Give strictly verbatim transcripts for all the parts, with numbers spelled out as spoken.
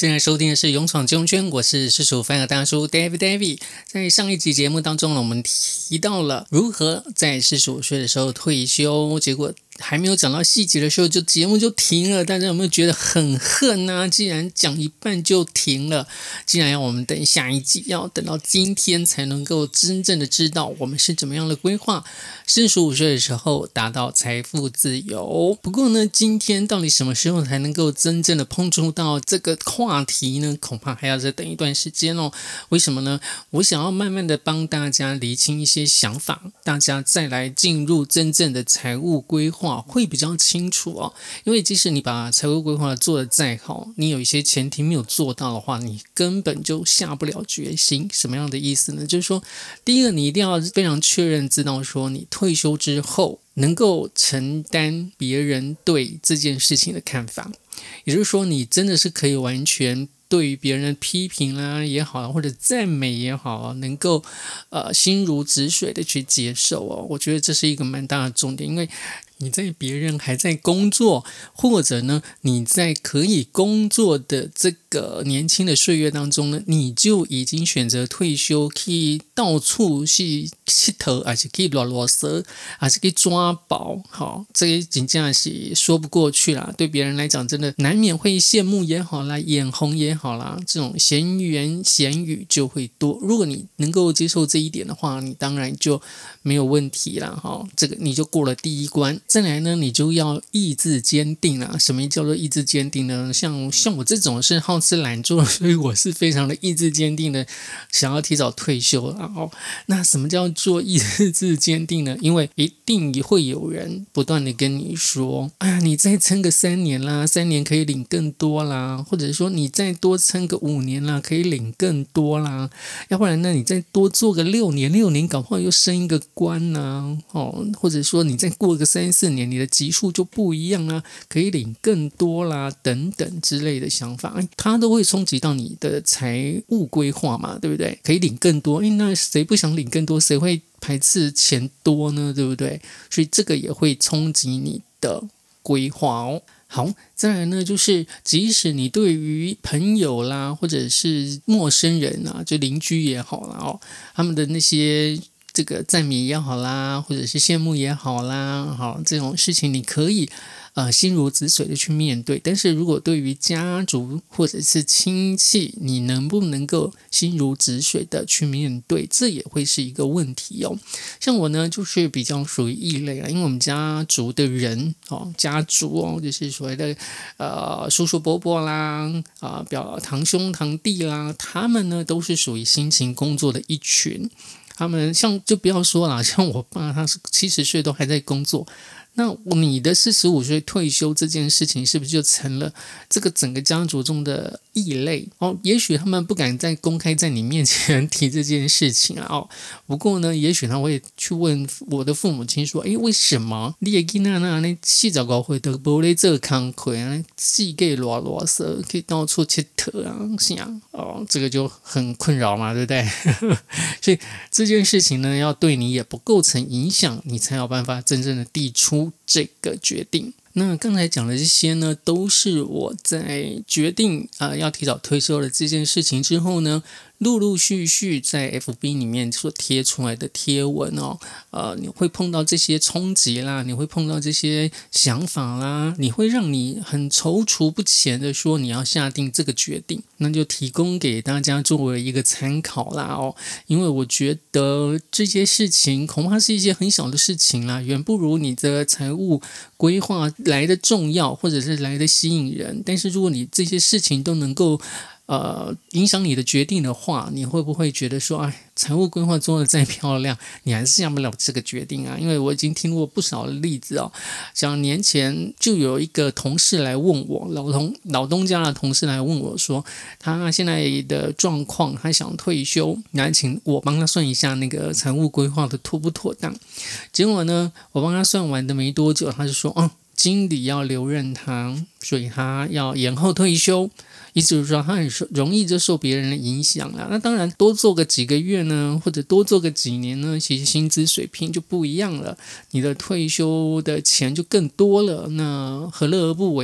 正在收听的是勇闯金融圈，我是世俗翻译大叔 David David。在上一集节目当中呢，我们提到了如何在四十五岁的时候退休，结果还没有讲到细节的时候，就节目就停了。大家有没有觉得很恨啊？既然讲一半就停了，既然要我们等下一集，要等到今天才能够真正的知道我们是怎么样的规划四十五岁的时候达到财富自由。不过呢，今天到底什么时候才能够真正的碰触到这个话题呢？恐怕还要再等一段时间哦。为什么呢？我想要慢慢的帮大家厘清一些想法，大家再来进入真正的财务规划会比较清楚哦。因为即使你把财务规划做得再好，你有一些前提没有做到的话，你根本就下不了决心。什么样的意思呢？就是说，第一个，你一定要非常确认知道说，你退休之后能够承担别人对这件事情的看法，也就是说，你真的是可以完全对于别人的批评啦也好，或者赞美也好，能够呃心如止水的去接受哦。我觉得这是一个蛮大的重点，因为你在别人还在工作，或者呢你在可以工作的这个年轻的岁月当中呢，你就已经选择退休，可以到处去乞讨，而且可以拉拉蛇，还是可以抓宝，好，这个真的是说不过去啦。对别人来讲，真的难免会羡慕也好啦，眼红也好啦，这种闲言闲语就会多。如果你能够接受这一点的话，你当然就没有问题啦，哈，这个你就过了第一关。再来呢，你就要意志坚定啦。什么叫做意志坚定呢？像像我这种是好吃懒做，所以我是非常的意志坚定的，想要提早退休啦。哦，那什么叫做意志坚定呢？因为一定会有人不断的跟你说，啊，你再撑个三年啦，三年可以领更多啦，或者说你再多撑个五年啦，可以领更多啦，要不然呢，你再多做个六年，六年搞不好又升一个官啦，哦，或者说你再过个三四年，你的级数就不一样啦，可以领更多啦，等等之类的想法，它都会冲击到你的财务规划嘛，对不对？可以领更多，诶，那谁不想领更多？谁会排斥钱多呢？对不对？所以这个也会冲击你的规划哦。好，再来呢，就是即使你对于朋友啦，或者是陌生人啊，就邻居也好啦哦，他们的那些这个赞美也好啦，或者是羡慕也好啦，好，这种事情你可以呃心如止水的去面对。但是如果对于家族或者是亲戚，你能不能够心如止水的去面对，这也会是一个问题哦。像我呢，就是比较属于异类啦，因为我们家族的人哦，家族哦，就是所谓的呃叔叔伯伯啦，啊、呃、表堂兄堂弟啦，他们呢都是属于辛勤工作的一群。他们像就不要说啦，像我爸他是七十岁都还在工作，那你的四十五岁退休这件事情是不是就成了这个整个家族中的异类哦？也许他们不敢再公开在你面前提这件事情啊哦。不过呢，也许他会去问我的父母亲说：“诶，为什么你的囡仔那那四十五岁都没在做工课啊？自己乱乱说，可以到处去特啊，是啊哦，这个就很困扰嘛，对不对？所以这件事情呢，要对你也不构成影响，你才有办法真正的递出这个决定。那刚才讲的这些呢，都是我在决定呃要提早退休的这件事情之后呢，陆陆续续在 F B 里面所贴出来的贴文哦，呃，你会碰到这些冲击啦，你会碰到这些想法啦，你会让你很踌躇不前的说你要下定这个决定，那就提供给大家作为一个参考啦哦，因为我觉得这些事情恐怕是一些很小的事情啦，远不如你的财务规划来的重要，或者是来的吸引人。但是如果你这些事情都能够呃影响你的决定的话，你会不会觉得说，哎，财务规划做得再漂亮，你还是下不了这个决定啊？因为我已经听过不少的例子哦，像年前就有一个同事来问我，老同老东家的同事来问我说，他现在的状况，他想退休，来请我帮他算一下那个财务规划的妥不妥当。结果呢，我帮他算完的没多久，他就说，嗯，经理要留任他，所以他要延后退休。意思就是说他很容易就受别人的影响啦。那当然多做个几个月呢，或者多做个几年呢，其实薪资水平就不一样了，你的退休的钱就更多了，那何乐而不为呢？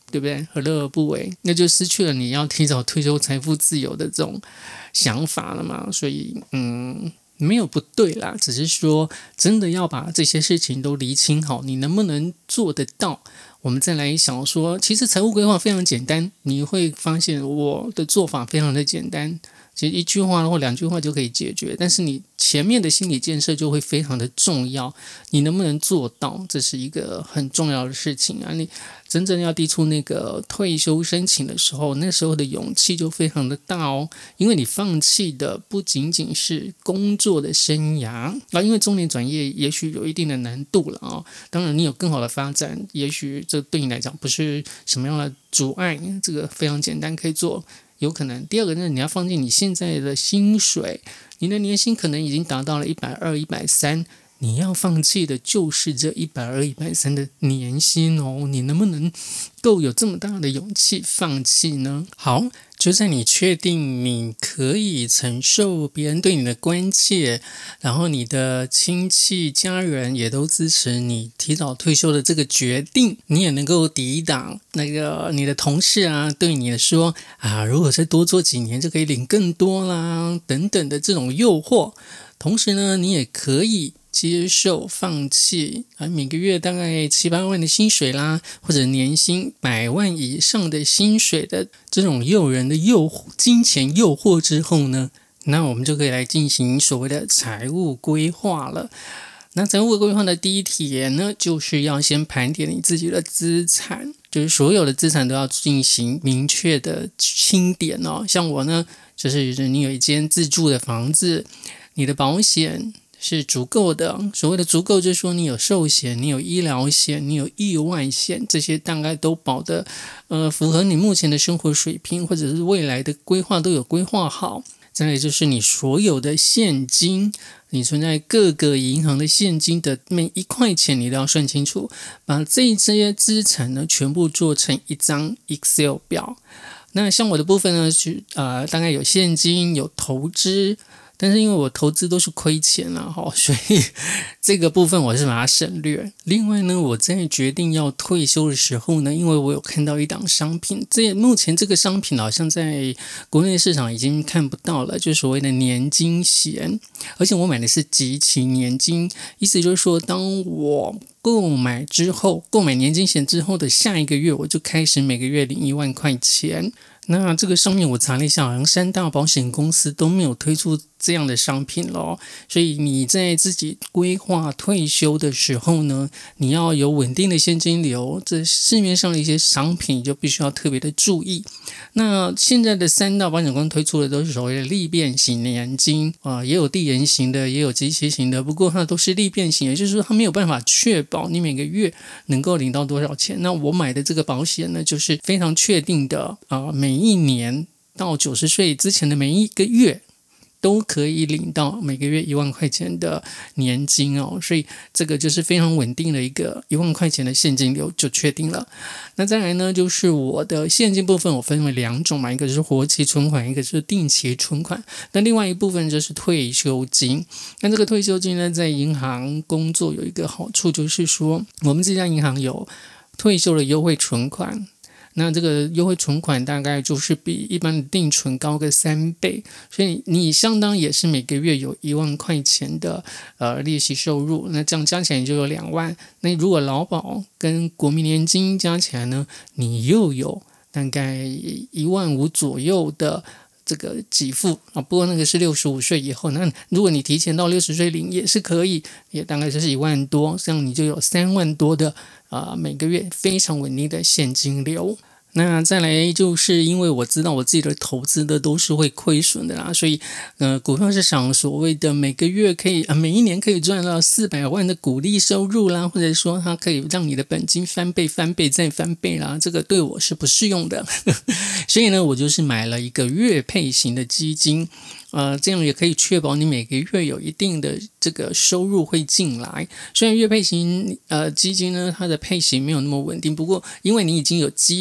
对不对？何乐而不为？那就失去了你要提早退休、财富自由的这种想法了嘛。所以，嗯，没有不对啦，只是说真的要把这些事情都厘清好，你能不能做得到？我们再来想说，其实财务规划非常简单，你会发现我的做法非常的简单。其实一句话或两句话就可以解决，但是你前面的心理建设就会非常的重要，你能不能做到，这是一个很重要的事情啊！你真正要递出那个退休申请的时候，那时候的勇气就非常的大哦，因为你放弃的不仅仅是工作的生涯啊，因为中年转业也许有一定的难度了啊、哦。当然，你有更好的发展，也许这对你来讲不是什么样的阻碍，这个非常简单可以做。有可能，第二个呢，你要放进你现在的薪水，你的年薪可能已经达到了一百二、一百三，你要放弃的就是这一百二、一百三的年薪哦，你能不能够有这么大的勇气放弃呢？好，就在你确定你可以承受别人对你的关切，然后你的亲戚家人也都支持你提早退休的这个决定，你也能够抵挡那个你的同事啊对你的说啊，如果再多做几年就可以领更多啦等等的这种诱惑。同时呢，你也可以接受放弃啊，每个月大概七八万的薪水啦，或者年薪百万以上的薪水的这种诱人的诱惑、金钱诱惑之后呢，那我们就可以来进行所谓的财务规划了。那财务规划的第一题呢，就是要先盘点你自己的资产，就是所有的资产都要进行明确的清点哦。像我呢，就是你有一间自住的房子，你的保险是足够的，所谓的足够就是说你有寿险，你有医疗险，你有意外险，这些大概都保的呃符合你目前的生活水平，或者是未来的规划都有规划好。再来就是你所有的现金，你存在各个银行的现金的每一块钱你都要算清楚，把这些资产呢全部做成一张 Excel 表。那像我的部分呢是呃大概有现金，有投资，但是因为我投资都是亏钱了哈，所以这个部分我是把它省略。另外呢，我在决定要退休的时候呢，因为我有看到一档商品，这目前这个商品好像在国内市场已经看不到了，就是所谓的年金险，而且我买的是集齐年金，意思就是说，当我购买之后，购买年金险之后的下一个月，我就开始每个月领一万块钱。那这个上面我查了一下，好像三大保险公司都没有推出这样的商品咯，所以你在自己规划退休的时候呢，你要有稳定的现金流，这市面上的一些商品就必须要特别的注意。那现在的三大保险公司推出的都是所谓的利变型年金啊、呃，也有递延型的，也有集齐型的，不过它都是利变型，也就是说它没有办法确保你每个月能够领到多少钱。那我买的这个保险呢，就是非常确定的啊、呃，每一年到九十岁之前的每一个月都可以领到每个月一万块钱的年金哦，所以这个就是非常稳定的一个一万块钱的现金流就确定了。那再来呢，就是我的现金部分我分为两种嘛，一个是活期存款，一个是定期存款。那另外一部分就是退休金。那这个退休金呢，在银行工作有一个好处，就是说我们这家银行有退休的优惠存款。那这个优惠存款大概就是比一般的定存高个三倍，所以你相当也是每个月有一万块钱的呃利息收入，那这样加起来就有两万。那如果劳保跟国民年金加起来呢，你又有大概一万五左右的这个给付啊，不过那个是六十五岁以后，那如果你提前到六十岁领也是可以，也大概就是一万多，这样你就有三万多的啊、呃、每个月非常稳定的现金流。那再来就是因为我知道我自己的投资的都是会亏损的啦，所以呃，股票市场所谓的每个月可以、呃、每一年可以赚到四百万的股利收入啦，或者说它可以让你的本金翻倍翻倍再翻倍啦，这个对我是不适用的所以呢，我就是买了一个月配型的基金，呃，这样也可以确保你每个月有一定的这个收入会进来。虽然月配型呃基金呢，它的配型没有那么稳定，不过因为你已经有基本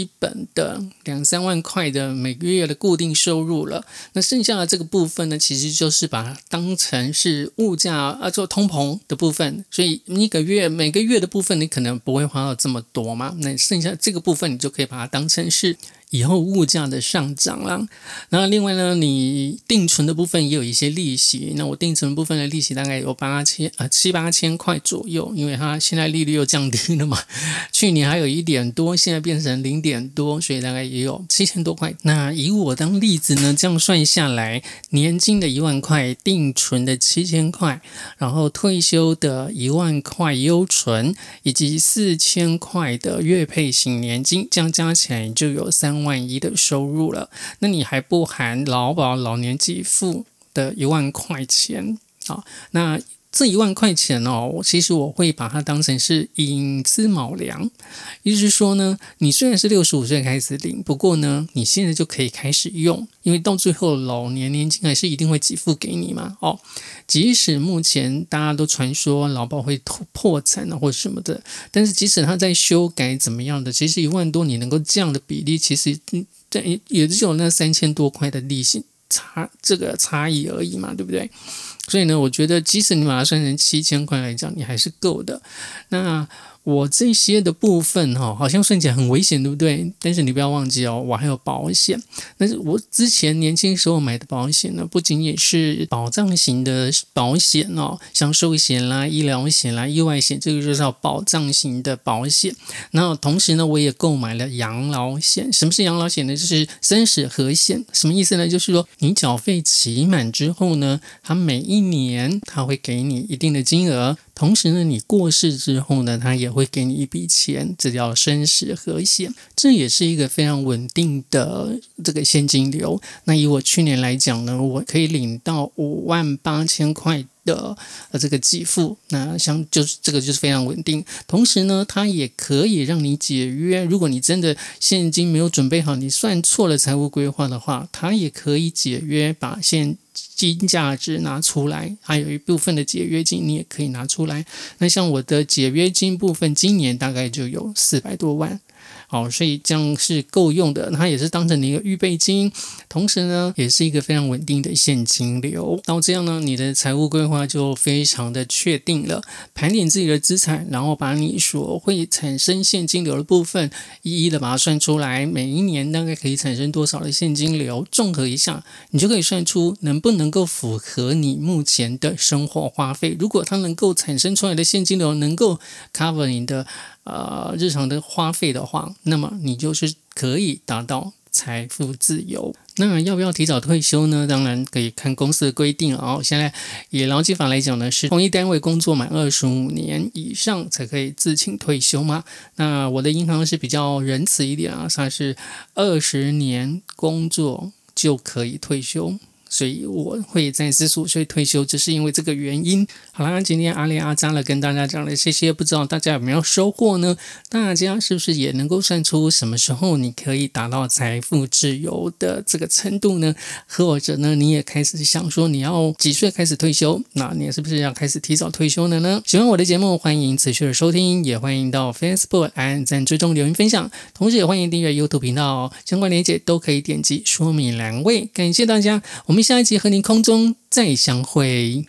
本的两三万块的每个月的固定收入了。那剩下的这个部分呢，其实就是把它当成是物价啊，做通膨的部分。所以一个月每个月的部分，你可能不会花到这么多嘛。那剩下这个部分，你就可以把它当成是以后物价的上涨啦。那另外呢，你定存的部分也有一些利息。那我定存的部分的利息大概有八千啊七八千块左右，因为它现在利率又降低了嘛。去年还有一点多，现在变成零点多，所以大概也有七千多块。那以我当例子呢，这样算下来，年金的一万块，定存的七千块，然后退休的一万块优存，以及四千块的月配型年金，这样加起来就有三万一的收入了。那你还不含劳保老年给付的一万块钱。好，那这一万块钱哦，其实我会把它当成是引资卯粮，也就是说呢，你虽然是六十五岁开始领，不过呢，你现在就可以开始用，因为到最后老年年金还是一定会给付给你嘛。哦，即使目前大家都传说劳保会破产啊或者什么的，但是即使它在修改怎么样的，其实一万多你能够降的比例，其实也只有那三千多块的利息差这个差异而已嘛，对不对？所以呢，我觉得即使你把它算成七千块来讲，你还是够的。那我这些的部分哈，好像算起来很危险，对不对？但是你不要忘记哦，我还有保险。但是我之前年轻时候买的保险呢，不仅仅是保障型的保险哦，像寿险啦、医疗险啦、意外险，这个就是叫保障型的保险。然后同时呢，我也购买了养老险。什么是养老险呢？就是生死合险。什么意思呢？就是说你缴费期满之后呢，它每一年它会给你一定的金额。同时呢，你过世之后呢，他也会给你一笔钱，这叫生死合险。这也是一个非常稳定的这个现金流。那以我去年来讲呢，我可以领到五万八千块的这个给付，那像就是这个就是非常稳定。同时呢，它也可以让你解约。如果你真的现金没有准备好，你算错了财务规划的话，它也可以解约，把现金价值拿出来，还有一部分的解约金你也可以拿出来。那像我的解约金部分，今年大概就有四百多万。好，所以这样是够用的，它也是当成你一个预备金，同时呢，也是一个非常稳定的现金流。到这样呢，你的财务规划就非常的确定了。盘点自己的资产，然后把你所会产生现金流的部分一一的把它算出来，每一年大概可以产生多少的现金流，综合一下，你就可以算出能不能够符合你目前的生活花费。如果它能够产生出来的现金流能够 cover 你的呃，日常的花费的话，那么你就是可以达到财富自由。那要不要提早退休呢？当然可以看公司的规定哦。现在以劳基法来讲呢，是同一单位工作满二十五年以上才可以自请退休嘛。那我的银行是比较仁慈一点啊，它是二十年工作就可以退休。所以我会在四十五岁退休，只是因为这个原因。好啦，今天阿里阿扎了跟大家讲了这些，不知道大家有没有收获呢？大家是不是也能够算出什么时候你可以达到财富自由的这个程度呢？或者呢，你也开始想说你要几岁开始退休？那你是不是要开始提早退休了呢？喜欢我的节目，欢迎持续的收听，也欢迎到 Facebook 按赞、追踪、留言、分享，同时也欢迎订阅 YouTube 频道哦。相关连结都可以点击说明栏位。感谢大家，我们下一集和您空中再相会。